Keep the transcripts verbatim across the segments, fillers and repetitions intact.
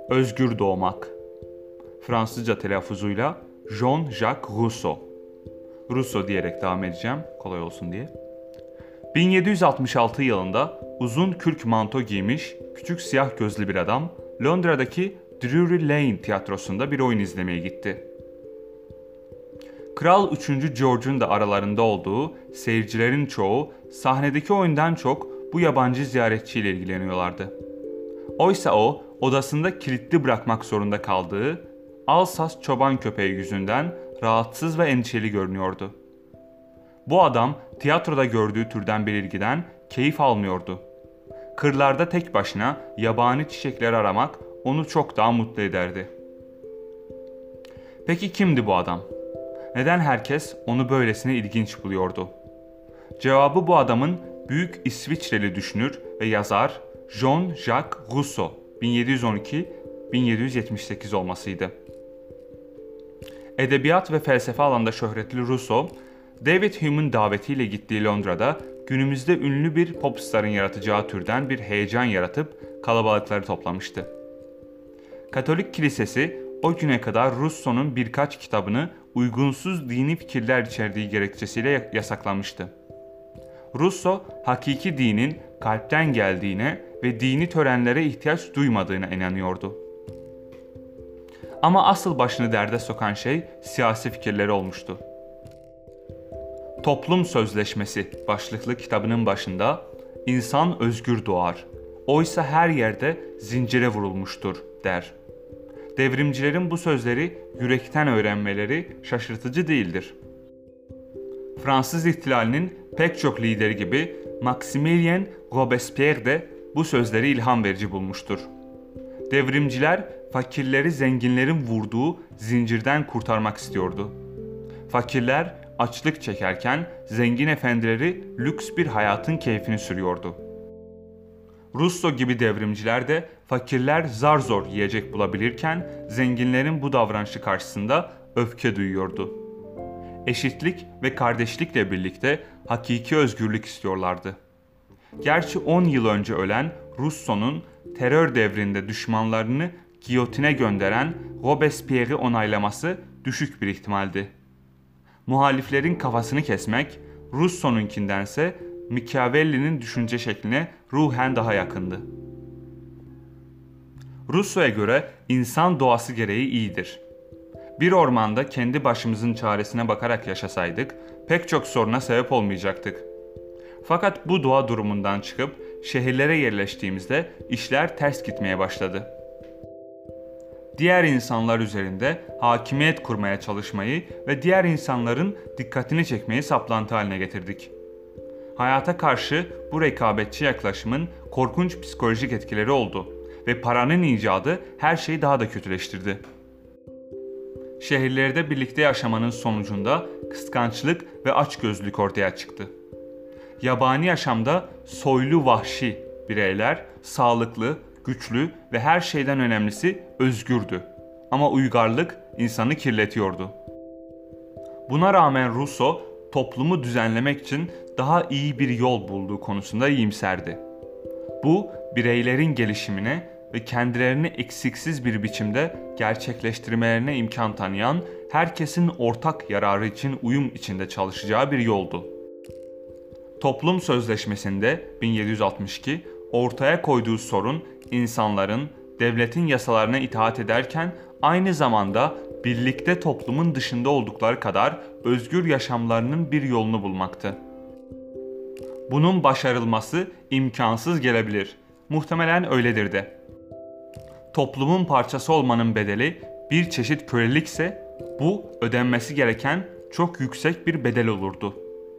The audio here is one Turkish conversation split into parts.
Özgür doğmak. Fransızca telaffuzuyla Jean-Jacques Rousseau. Rousseau diyerek devam edeceğim, kolay olsun diye. bin yedi yüz altmış altı yılında uzun kürk manto giymiş, küçük siyah gözlü bir adam, Londra'daki Drury Lane tiyatrosunda bir oyun izlemeye gitti. Kral üçüncü George'un da aralarında olduğu seyircilerin çoğu sahnedeki oyundan çok bu yabancı ziyaretçiyle ilgileniyorlardı. Oysa o, odasında kilitli bırakmak zorunda kaldığı Alsas çoban köpeği yüzünden rahatsız ve endişeli görünüyordu. Bu adam tiyatroda gördüğü türden bir ilgiden keyif almıyordu. Kırlarda tek başına yabani çiçekler aramak onu çok daha mutlu ederdi. Peki kimdi bu adam? Neden herkes onu böylesine ilginç buluyordu? Cevabı bu adamın büyük İsviçreli düşünür ve yazar Jean-Jacques Rousseau bin yedi yüz on iki - bin yedi yüz yetmiş sekiz olmasıydı. Edebiyat ve felsefe alanında şöhretli Rousseau, David Hume'un davetiyle gittiği Londra'da günümüzde ünlü bir popstarın yaratacağı türden bir heyecan yaratıp kalabalıkları toplamıştı. Katolik Kilisesi o güne kadar Rousseau'nun birkaç kitabını uygunsuz dini fikirler içerdiği gerekçesiyle yasaklamıştı. Rousseau, hakiki dinin kalpten geldiğine ve dini törenlere ihtiyaç duymadığına inanıyordu. Ama asıl başını derde sokan şey siyasi fikirleri olmuştu. Toplum Sözleşmesi başlıklı kitabının başında "İnsan özgür doğar, oysa her yerde zincire vurulmuştur" der. Devrimcilerin bu sözleri yürekten öğrenmeleri şaşırtıcı değildir. Fransız ihtilalinin pek çok lideri gibi Maximilien Robespierre de bu sözleri ilham verici bulmuştur. Devrimciler fakirleri zenginlerin vurduğu zincirden kurtarmak istiyordu. Fakirler açlık çekerken zengin efendileri lüks bir hayatın keyfini sürüyordu. Rousseau gibi devrimciler de fakirler zar zor yiyecek bulabilirken zenginlerin bu davranışı karşısında öfke duyuyordu. Eşitlik ve kardeşlikle birlikte hakiki özgürlük istiyorlardı. Gerçi on yıl önce ölen Rousseau'nun terör devrinde düşmanlarını giyotine gönderen Robespierre'i onaylaması düşük bir ihtimaldi. Muhaliflerin kafasını kesmek, Rousseau'nunkindense Machiavelli'nin düşünce şekline ruhen daha yakındı. Rousseau'ya göre insan doğası gereği iyidir. Bir ormanda kendi başımızın çaresine bakarak yaşasaydık, pek çok soruna sebep olmayacaktık. Fakat bu doğa durumundan çıkıp şehirlere yerleştiğimizde işler ters gitmeye başladı. Diğer insanlar üzerinde hakimiyet kurmaya çalışmayı ve diğer insanların dikkatini çekmeyi saplantı haline getirdik. Hayata karşı bu rekabetçi yaklaşımın korkunç psikolojik etkileri oldu ve paranın icadı her şeyi daha da kötüleştirdi. Şehirlerde birlikte yaşamanın sonucunda kıskançlık ve açgözlülük ortaya çıktı. Yabani yaşamda soylu vahşi bireyler sağlıklı, güçlü ve her şeyden önemlisi özgürdü. Ama uygarlık insanı kirletiyordu. Buna rağmen Rousseau toplumu düzenlemek için daha iyi bir yol bulduğu konusunda iyimserdi. Bu bireylerin gelişimine ve kendilerini eksiksiz bir biçimde gerçekleştirmelerine imkan tanıyan, herkesin ortak yararı için uyum içinde çalışacağı bir yoldu. Toplum Sözleşmesi'nde bin yedi yüz altmış iki ortaya koyduğu sorun insanların devletin yasalarına itaat ederken aynı zamanda birlikte toplumun dışında oldukları kadar özgür yaşamlarının bir yolunu bulmaktı. Bunun başarılması imkansız gelebilir. Muhtemelen öyledir de. Toplumun parçası olmanın bedeli bir çeşit kölelikse bu ödenmesi gereken çok yüksek bir bedel olurdu.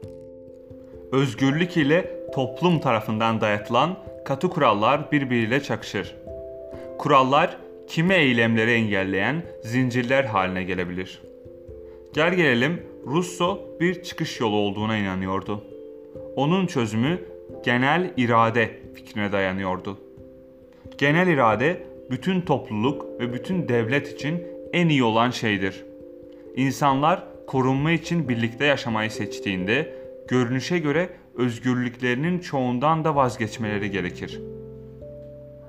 Özgürlük ile toplum tarafından dayatılan katı kurallar birbiriyle çakışır. Kurallar kimi eylemleri engelleyen zincirler haline gelebilir. Gel gelelim Rousseau bir çıkış yolu olduğuna inanıyordu. Onun çözümü genel irade fikrine dayanıyordu. Genel irade bütün topluluk ve bütün devlet için en iyi olan şeydir. İnsanlar korunma için birlikte yaşamayı seçtiğinde görünüşe göre özgürlüklerinin çoğundan da vazgeçmeleri gerekir.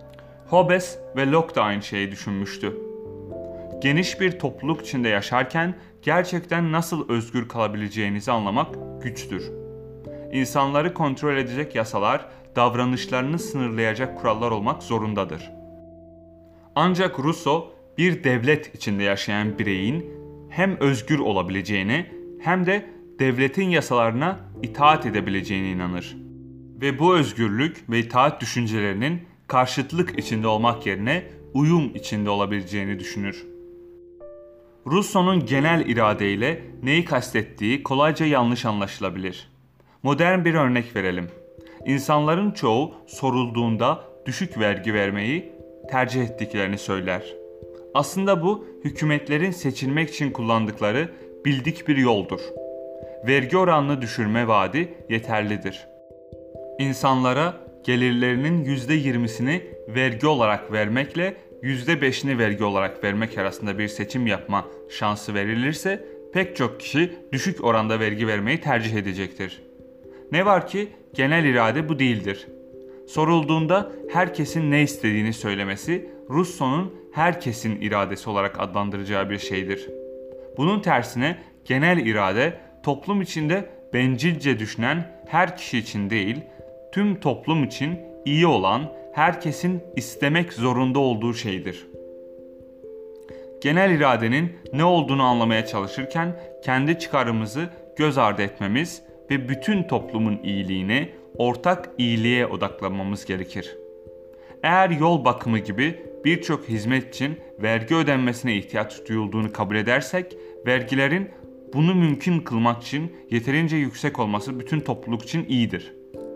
Hobbes ve Locke da aynı şeyi düşünmüştü. Geniş bir topluluk içinde yaşarken gerçekten nasıl özgür kalabileceğinizi anlamak güçtür. İnsanları kontrol edecek yasalar, davranışlarını sınırlayacak kurallar olmak zorundadır. Ancak Rousseau bir devlet içinde yaşayan bireyin hem özgür olabileceğini hem de devletin yasalarına itaat edebileceğine inanır. Ve bu özgürlük ve itaat düşüncelerinin karşıtlık içinde olmak yerine uyum içinde olabileceğini düşünür. Rousseau'nun genel iradeyle neyi kastettiği kolayca yanlış anlaşılabilir. Modern bir örnek verelim. İnsanların çoğu sorulduğunda düşük vergi vermeyi tercih ettiklerini söyler. Aslında bu hükümetlerin seçilmek için kullandıkları bildik bir yoldur. Vergi oranını düşürme vaadi yeterlidir. İnsanlara gelirlerinin yüzde yirmisini vergi olarak vermekle yüzde beşini vergi olarak vermek arasında bir seçim yapma şansı verilirse pek çok kişi düşük oranda vergi vermeyi tercih edecektir. Ne var ki genel irade bu değildir. Sorulduğunda herkesin ne istediğini söylemesi Rousseau'nun herkesin iradesi olarak adlandıracağı bir şeydir. Bunun tersine genel irade toplum içinde bencilce düşünen her kişi için değil, tüm toplum için iyi olan herkesin istemek zorunda olduğu şeydir. Genel iradenin ne olduğunu anlamaya çalışırken kendi çıkarımızı göz ardı etmemiz ve bütün toplumun iyiliğine, ortak iyiliğe odaklanmamız gerekir. Eğer yol bakımı gibi birçok hizmet için vergi ödenmesine ihtiyaç duyulduğunu kabul edersek, vergilerin bunu mümkün kılmak için yeterince yüksek olması bütün topluluk için iyidir.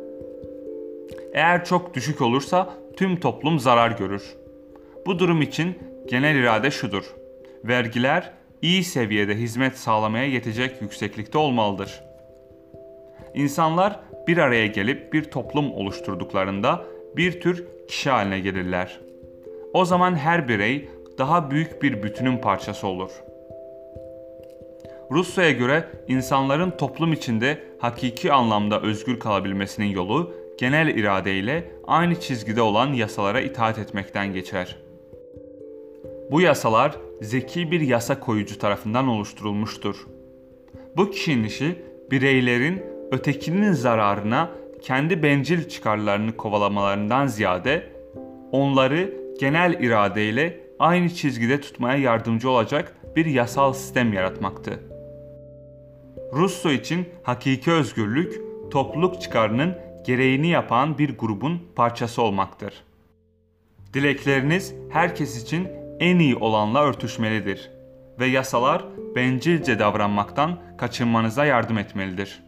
Eğer çok düşük olursa tüm toplum zarar görür. Bu durum için genel irade şudur: vergiler iyi seviyede hizmet sağlamaya yetecek yükseklikte olmalıdır. İnsanlar bir araya gelip bir toplum oluşturduklarında bir tür kişi haline gelirler. O zaman her birey daha büyük bir bütünün parçası olur. Rousseau'ya göre insanların toplum içinde hakiki anlamda özgür kalabilmesinin yolu genel iradeyle aynı çizgide olan yasalara itaat etmekten geçer. Bu yasalar zeki bir yasa koyucu tarafından oluşturulmuştur. Bu kişinin işi bireylerin ötekinin zararına kendi bencil çıkarlarını kovalamalarından ziyade onları genel iradeyle aynı çizgide tutmaya yardımcı olacak bir yasal sistem yaratmaktı. Rousseau için hakiki özgürlük, topluluk çıkarının gereğini yapan bir grubun parçası olmaktır. Dilekleriniz herkes için en iyi olanla örtüşmelidir ve yasalar bencilce davranmaktan kaçınmanıza yardım etmelidir.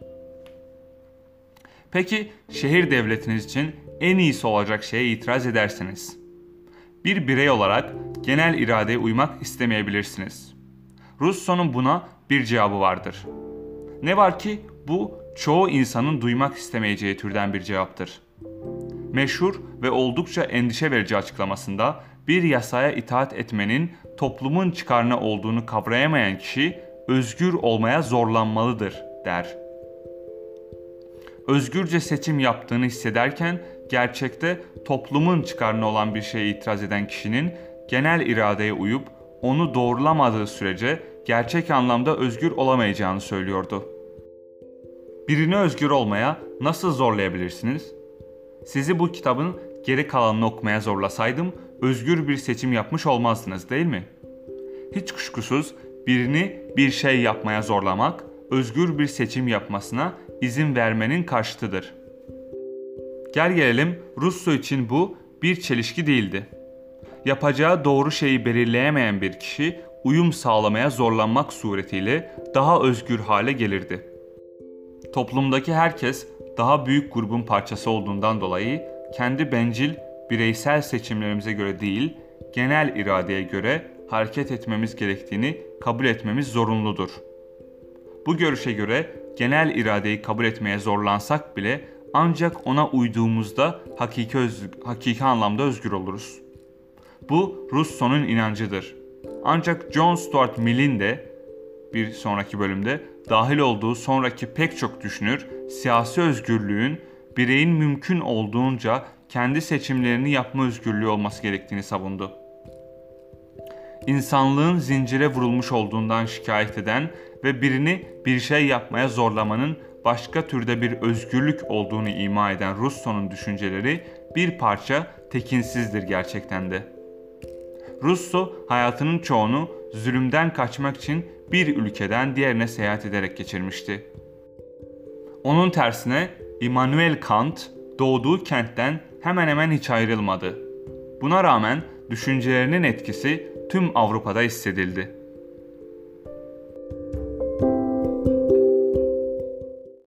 Peki şehir devletiniz için en iyisi olacak şeye itiraz ederseniz, bir birey olarak genel iradeye uymak istemeyebilirsiniz. Rousseau'nun buna bir cevabı vardır. Ne var ki bu çoğu insanın duymak istemeyeceği türden bir cevaptır. Meşhur ve oldukça endişe verici açıklamasında bir yasaya itaat etmenin toplumun çıkarına olduğunu kavrayamayan kişi özgür olmaya zorlanmalıdır der. Özgürce seçim yaptığını hissederken gerçekte toplumun çıkarına olan bir şeye itiraz eden kişinin genel iradeye uyup onu doğrulamadığı sürece gerçek anlamda özgür olamayacağını söylüyordu. Birini özgür olmaya nasıl zorlayabilirsiniz? Sizi bu kitabın geri kalanını okumaya zorlasaydım özgür bir seçim yapmış olmazdınız, değil mi? Hiç kuşkusuz birini bir şey yapmaya zorlamak, özgür bir seçim yapmasına izin vermenin karşıtıdır. Gel gelelim Rousseau için bu bir çelişki değildi. Yapacağı doğru şeyi belirleyemeyen bir kişi uyum sağlamaya zorlanmak suretiyle daha özgür hale gelirdi. Toplumdaki herkes daha büyük grubun parçası olduğundan dolayı kendi bencil, bireysel seçimlerimize göre değil, genel iradeye göre hareket etmemiz gerektiğini kabul etmemiz zorunludur. Bu görüşe göre genel iradeyi kabul etmeye zorlansak bile ancak ona uyduğumuzda hakiki, öz, hakiki anlamda özgür oluruz. Bu Rousseau'nun inancıdır. Ancak John Stuart Mill'in de bir sonraki bölümde dahil olduğu sonraki pek çok düşünür, siyasi özgürlüğün bireyin mümkün olduğunca kendi seçimlerini yapma özgürlüğü olması gerektiğini savundu. İnsanlığın zincire vurulmuş olduğundan şikayet eden ve birini bir şey yapmaya zorlamanın başka türde bir özgürlük olduğunu ima eden Rousseau'nun düşünceleri bir parça tekinsizdir gerçekten de. Rousseau hayatının çoğunu zulümden kaçmak için bir ülkeden diğerine seyahat ederek geçirmişti. Onun tersine Immanuel Kant doğduğu kentten hemen hemen hiç ayrılmadı. Buna rağmen düşüncelerinin etkisi tüm Avrupa'da hissedildi.